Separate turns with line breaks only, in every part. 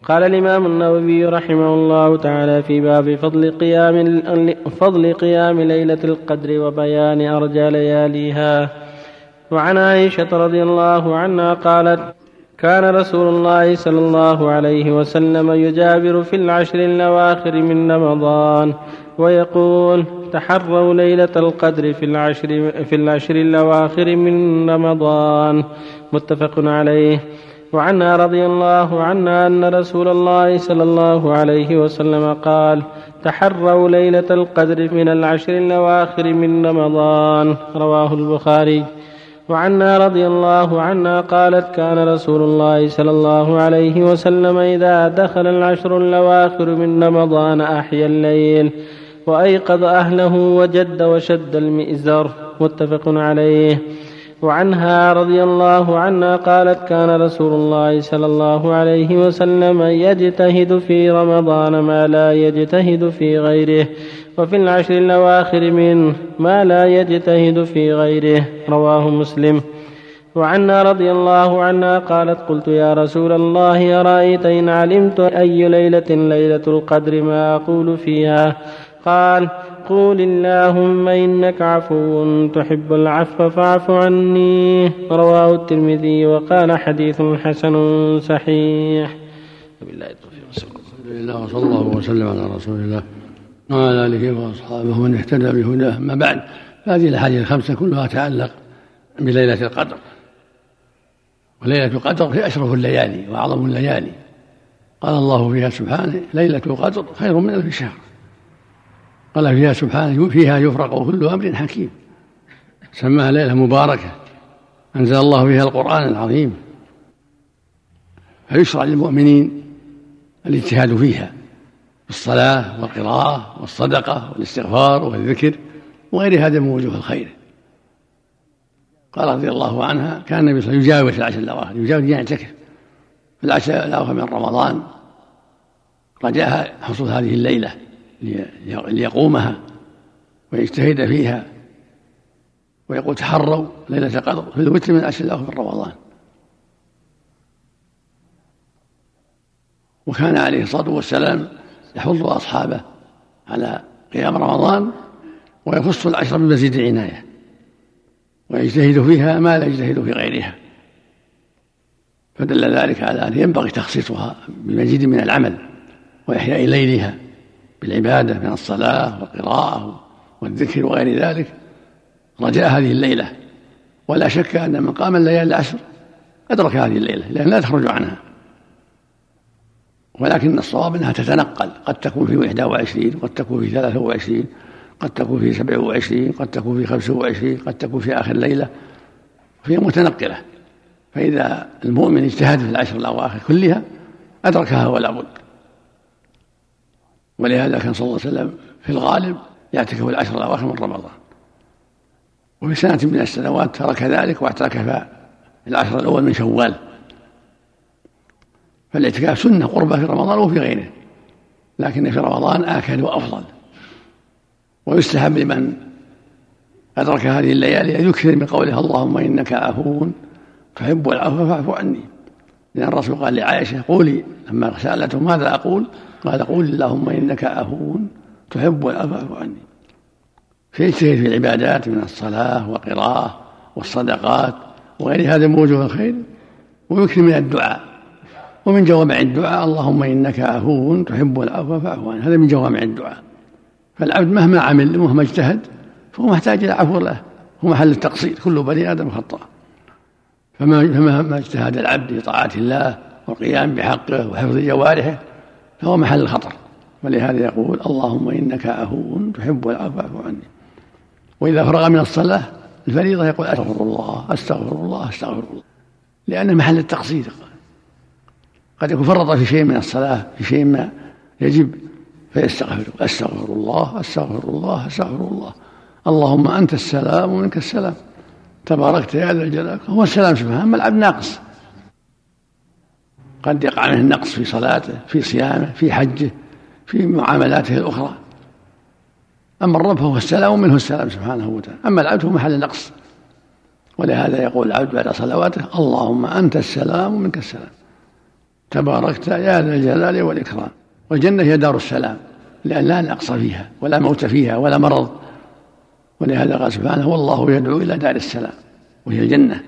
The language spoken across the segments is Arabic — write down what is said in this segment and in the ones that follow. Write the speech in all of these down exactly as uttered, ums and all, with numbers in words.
قال الإمام النووي رحمه الله تعالى في باب فضل قيام, فضل قيام ليلة القدر وبيان أرجى لياليها. وعن عائشة رضي الله عنها قالت: كان رسول الله صلى الله عليه وسلم يجابر في العشر الأواخر من رمضان ويقول: تحروا ليلة القدر في العشر, في العشر الأواخر من رمضان. متفق عليه. وعنها رضي الله عنها أن رسول الله صلى الله عليه وسلم قال: تحروا ليلة القدر من العشر الأواخر من رمضان. رواه البخاري. وعنها رضي الله عنها قالت: كان رسول الله صلى الله عليه وسلم إذا دخل العشر الأواخر من رمضان أحيا الليل وأيقظ أهله وجد وشد المئزر. متفق عليه. وعنها رضي الله عنها قالت: كان رسول الله صلى الله عليه وسلم يجتهد في رمضان ما لا يجتهد في غيره، وفي العشر الأواخر منه ما لا يجتهد في غيره. رواه مسلم. وعنها رضي الله عنها قالت: قلت يا رسول الله أرأيت إن علمت أي ليلة ليلة القدر ما أقول فيها؟ قال: قول اللهم إنك عفو تحب العفو فاعف عني. رواه الترمذي وقال: حديث حسن صحيح.
بالله التوفيق. الحمد لله وصلى الله وسلم على رسول الله وعلى آله وأصحابه ومن اهتدى بهداه. أما بعد، هذه الأحاديث الخمسة كلها تتعلق بليلة القدر، وليلة القدر هي أشرف الليالي وأعظم الليالي. قال الله فيها سبحانه: ليلة القدر خير من ألف شهر. قال فيها سبحانه: فيها يفرق كل أمر حكيم. سماها ليلة مباركة أنزل الله فيها القرآن العظيم، فيشرع للمؤمنين الاجتهاد فيها بالصلاة والقراءة والصدقة والاستغفار والذكر وغير هذا من وجوه الخير. قال رضي الله عنها: كان النبي صلى الله عليه وسلم يجاور في العشر الأواخر، يجاور يعتكف في العشر الأواخر من رمضان رجاء حصول هذه الليلة ليقومها ويجتهد فيها، ويقول: تحروا ليلة القدر في الوتر من العشر الأواخر من رمضان. وكان عليه الصلاة والسلام يحض أصحابه على قيام رمضان ويخص العشر بمزيد عناية، ويجتهد فيها ما لا يجتهد في غيرها، فدل ذلك على أن ينبغي تخصيصها بمزيد من العمل وإحياء ليلها بالعبادة من الصلاة والقراءة والذكر وغير ذلك رجاء هذه الليلة. ولا شك أن من قام الليالي العشر أدرك هذه الليلة، لأن لا تخرج عنها، ولكن الصواب أنها تتنقل، قد تكون في واحدة وعشرين، قد تكون في ثلاثة وعشرين، قد تكون في سبع وعشرين، قد تكون في خمسة وعشرين، قد تكون في آخر الليلة، فهي متنقلة. فإذا المؤمن اجتهد في العشر الأواخر كلها أدركها ولا بد. ولهذا كان صلى الله عليه وسلم في الغالب يعتكف العشر الأواخر من رمضان، وفي سنة من السنوات ترك ذلك واعتكف العشر الأول من شوال. فالاعتكاف سنة قربة في رمضان وفي غيره، لكن في رمضان آكد وأفضل. ويستحب لمن أدرك هذه الليالي أن يكثر من قولها: اللهم إنك عفو تحب العفو فاعف عني. لأن الرسول قال لعائشة: قولي، لما سألته ماذا أقول قال: قول اللهم إنك عفو تحب العفو فاعف عني. فيجتهد في العبادات من الصلاة والقراءة والصدقات وغير هذا من وجوه الخير، ويكثر من الدعاء. ومن جوامع الدعاء: اللهم إنك عفو تحب العفو فاعف عني. هذا من جوامع الدعاء. فالعبد مهما عمل ومهما اجتهد فهو محتاج إلى عفو الله، هو محل التقصير، كل بني آدم خطأ. فمهما اجتهد العبد في طاعة الله والقيام بحقه وحفظ جوارحه فهو محل الخطر. ولهذا يقول: اللهم إنك عفو تحب العفو فاعف عني. وإذا فرغ من الصلاة الفريضة يقول: أستغفر الله أستغفر الله أستغفر الله، لأنه محل التقصير. قد يكون فرط في شيء من الصلاة، في شيء ما يجب، فيستغفر: أستغفر الله أستغفر الله أستغفر الله، اللهم أنت السلام ومنك السلام تباركت يا ذا الجلال. هو السلام سبحانه. أما العبد ناقص، قد يقع منه النقص في صلاته، في صيامه، في حجه، في معاملاته الأخرى. أما الرب فهو السلام ومنه السلام سبحانه وتعالى. أما العبد هو محل النقص. ولهذا يقول العبد بعد صلواته: اللهم أنت السلام ومنك السلام تباركت يا ذا الجلال والإكرام. والجنة هي دار السلام، لأن لا نقص فيها ولا موت فيها ولا مرض، ولهذا قال سبحانه والله يدعو إلى دار السلام وهي الجنة.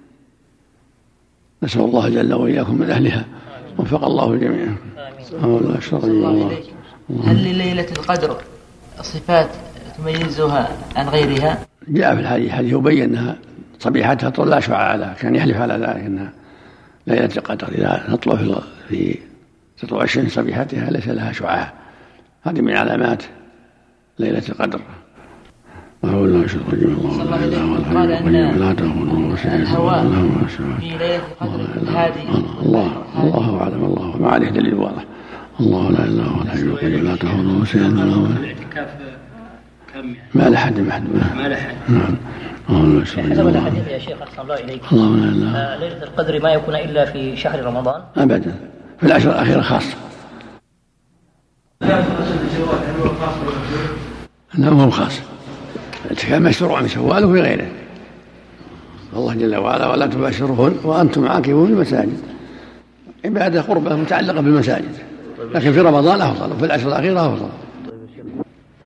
نسأل الله جل وإياكم من أهلها، وفق الله جميعا.
الله الله. هل لليلة القدر صفات تميزها عن غيرها؟
جاء في الحديث حديث يبين أنها صبيحتها طلع شعاع لها، كان يحلف على ذلك أنها ليلة القدر إذا تطلع في تطلع الشمس صبيحتها ليس لها شعاع، هذه من علامات ليلة القدر.
الله لا شرط الله قال أن الهواء في ليلة القدر هادي.
الله الله أعلم، الله ما عليه دليل واضح. الله لا إله إلا هو الحي القيوم لا تأخذه سنة ما له حد محدود.
ما له حد.
نعم. الله
حسب الحديث يا شيخ أحسن الله إليك.
الله لا إله.
ليلة القدر ما يكون إلا في شهر رمضان؟
أبدا، في العشر الأخيرة خاصة. نعم هو خاص. كان مشروع من شوال وفي غيره. الله جل وعلا ولا تباشرهن وأنتم عاكفون في المساجد. عبادة قربة متعلقة بالمساجد، لكن في رمضان أفضل وفي العشر الأخيرة أفضل.